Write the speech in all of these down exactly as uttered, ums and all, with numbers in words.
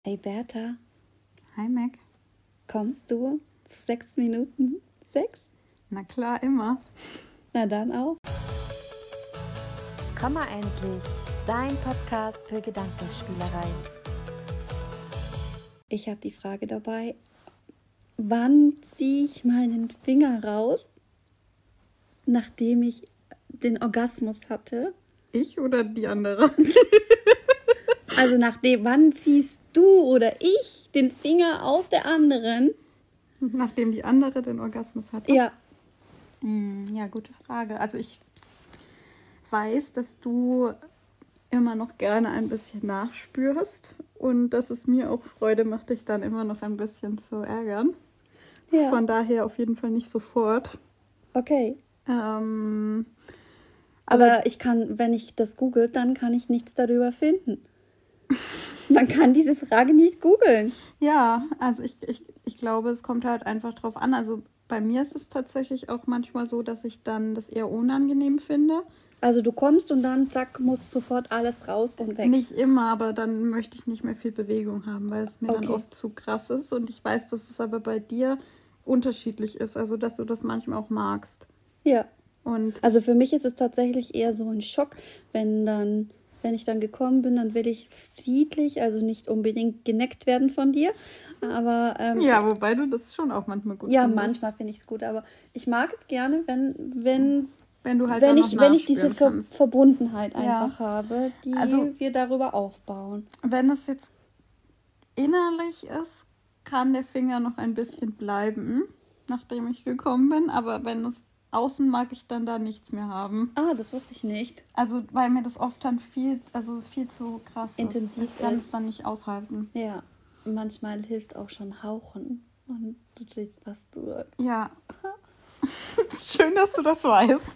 Hey Bertha, Hi Mac. kommst du zu sechs Minuten sechs? Na klar, immer. Na dann auf. Komm mal endlich, dein Podcast für Gedankenspielereien. Ich habe die Frage dabei, wann ziehe ich meinen Finger raus, nachdem ich den Orgasmus hatte? Ich oder die andere? Also nachdem, wann ziehst du oder ich den Finger aus der anderen? Nachdem die andere den Orgasmus hatte? Ja, Hm, ja, gute Frage. Also ich weiß, dass du immer noch gerne ein bisschen nachspürst und dass es mir auch Freude macht, dich dann immer noch ein bisschen zu ärgern. ja, Von daher auf jeden Fall nicht sofort. okay. Ähm, Aber ich kann, wenn ich das google, dann kann ich nichts darüber finden. Man kann diese Frage nicht googeln. Ja, also ich, ich, ich glaube, es kommt halt einfach drauf an. Also bei mir ist es tatsächlich auch manchmal so, dass ich dann das eher unangenehm finde. Also du kommst und dann zack, muss sofort alles raus und weg. Nicht immer, aber dann möchte ich nicht mehr viel Bewegung haben, weil es mir dann Okay. oft zu krass ist. Und ich weiß, dass es aber bei dir unterschiedlich ist. Also dass du das manchmal auch magst. Ja. Und Also für mich ist es tatsächlich eher so ein Schock, wenn dann, wenn ich dann gekommen bin, dann will ich friedlich, also nicht unbedingt geneckt werden von dir, aber ähm, ja, wobei du das schon auch manchmal gut ja, findest. manchmal finde ich es gut, aber ich mag es gerne, wenn, wenn, Wenn du halt wenn dann ich, noch wenn ich diese nachspüren Ver kannst. Verbundenheit Ja. einfach habe, die Also- wir darüber aufbauen. Wenn es jetzt innerlich ist, kann der Finger noch ein bisschen bleiben, nachdem ich gekommen bin. Aber wenn es außen, mag ich dann da nichts mehr haben. Ah, das wusste ich nicht. Also weil mir das oft dann viel, also viel zu krass Intensiv ist. Ich kann ist. es dann nicht aushalten. Ja, manchmal hilft auch schon Hauchen und du drehst was durch. Ja. Schön, dass du das weißt.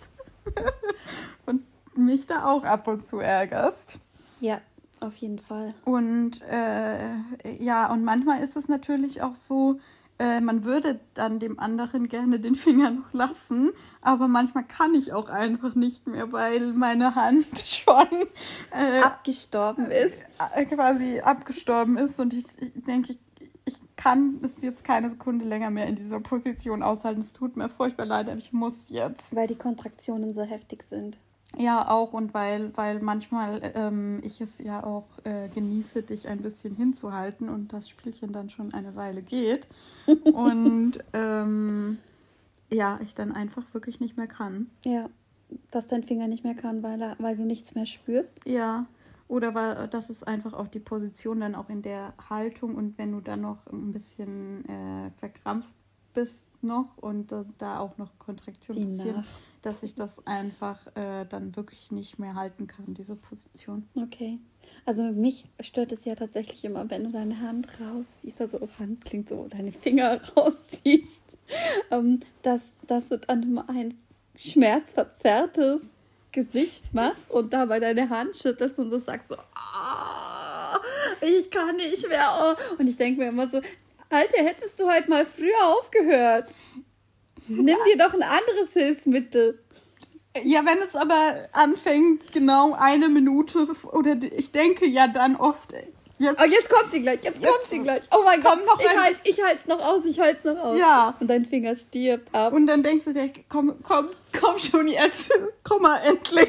Und mich da auch ab und zu ärgerst. Ja, auf jeden Fall. Und äh, ja, und manchmal ist es natürlich auch so, äh, man würde dann dem anderen gerne den Finger noch lassen, aber manchmal kann ich auch einfach nicht mehr, weil meine Hand schon äh, Abgestorben ist. äh, quasi abgestorben ist und ich, ich denke, ich, ich kann es jetzt keine Sekunde länger mehr in dieser Position aushalten. Es tut mir furchtbar leid, aber ich muss jetzt. Weil die Kontraktionen so heftig sind. Ja, auch und weil, weil manchmal ähm, ich es ja auch äh, genieße, dich ein bisschen hinzuhalten und das Spielchen dann schon eine Weile geht. Und ähm, ja, ich dann einfach wirklich nicht mehr kann. Ja, dass dein Finger nicht mehr kann, weil, er, weil du nichts mehr spürst. Ja, oder weil das ist einfach auch die Position dann auch in der Haltung und wenn du dann noch ein bisschen äh, verkrampft bist noch und äh, da auch noch Kontraktionen Die passieren, nach. dass ich das einfach äh, dann wirklich nicht mehr halten kann, diese Position. Okay. Also mich stört es ja tatsächlich immer, wenn du deine Hand rausziehst, also Hand klingt so, deine Finger rausziehst, ähm, dass, dass du dann immer ein schmerzverzerrtes Gesicht machst und dabei deine Hand schüttelst und so sagst so, ah, ich kann nicht mehr. Oh. Und ich denke mir immer so, Alter, hättest du halt mal früher aufgehört. Nimm dir doch ein anderes Hilfsmittel. Ja, wenn es aber anfängt, genau eine Minute oder ich denke ja dann oft, jetzt, Oh, jetzt kommt sie gleich, jetzt, Jetzt kommt sie gleich. Oh mein Gott, noch ich ein halte ich halt's noch aus, ich halte es noch aus. Ja. Und dein Finger stirbt ab. und dann denkst du dir, komm, komm, komm schon jetzt, komm mal endlich.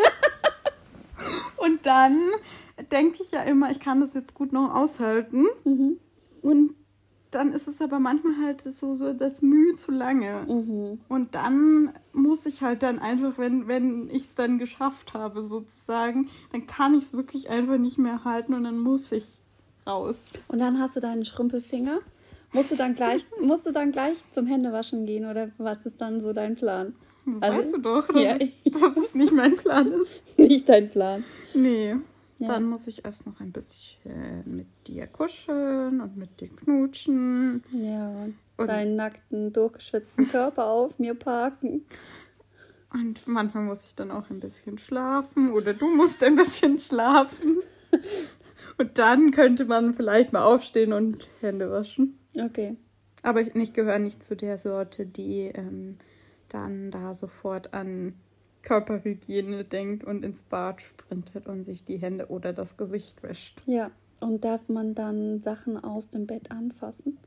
Und dann denke ich ja immer, ich kann das jetzt gut noch aushalten. Mhm. Und dann ist es aber manchmal halt so, so das Mühe zu lange. Mhm. Und dann muss ich halt dann einfach, wenn, wenn ich es dann geschafft habe sozusagen, dann kann ich es wirklich einfach nicht mehr halten und dann muss ich raus. Und dann hast du deinen Schrumpelfinger. Musst du dann gleich, musst du dann gleich zum Händewaschen gehen oder was ist dann so dein Plan? Das Also, weißt du doch, dass, ja. es, dass es nicht mein Plan ist. Nicht dein Plan. Nee. Ja. Dann muss ich erst noch ein bisschen mit dir kuscheln und mit dir knutschen. Ja, und, Und- deinen nackten, durchgeschwitzten Körper auf mir parken. Und manchmal muss ich dann auch ein bisschen schlafen oder du musst ein bisschen schlafen. Und dann könnte man vielleicht mal aufstehen und Hände waschen. Okay. Aber ich, ich gehöre nicht zu der Sorte, die ähm, dann da sofort an Körperhygiene denkt und ins Bad sprintet und sich die Hände oder das Gesicht wäscht. Ja, Und darf man dann Sachen aus dem Bett anfassen?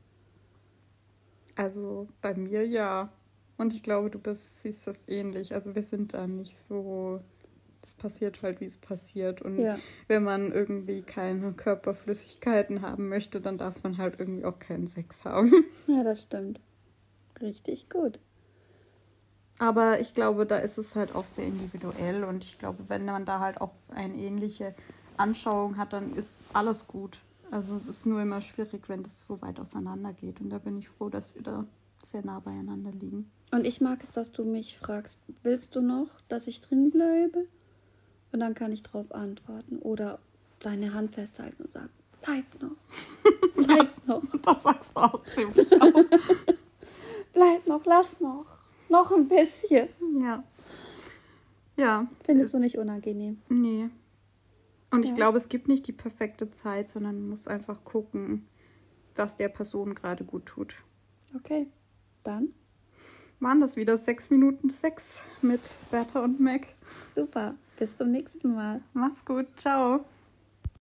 Also bei mir ja. Und ich glaube, du bist, siehst das ähnlich. Also wir sind da nicht so, das passiert halt, wie es passiert. Und Ja. wenn man irgendwie keine Körperflüssigkeiten haben möchte, dann darf man halt irgendwie auch keinen Sex haben. Ja, das stimmt. Richtig gut. Aber ich glaube, da ist es halt auch sehr individuell. Und ich glaube, wenn man da halt auch eine ähnliche Anschauung hat, dann ist alles gut. Also es ist nur immer schwierig, wenn das so weit auseinander geht. Und da bin ich froh, dass wir da sehr nah beieinander liegen. Und ich mag es, dass du mich fragst, willst du noch, dass ich drin bleibe? Und dann kann ich drauf antworten. Oder deine Hand festhalten und sagen, bleib noch. Bleib noch. Das sagst du auch ziemlich oft. Bleib noch, lass noch. Noch ein bisschen. Ja. Ja. Findest du nicht unangenehm? Nee. Und ich Ja. glaube, es gibt nicht die perfekte Zeit, sondern man muss einfach gucken, was der Person gerade gut tut. Okay, dann Waren das wieder sechs Minuten Sex mit Bertha und Mac. super. Bis zum nächsten Mal. Mach's gut. Ciao.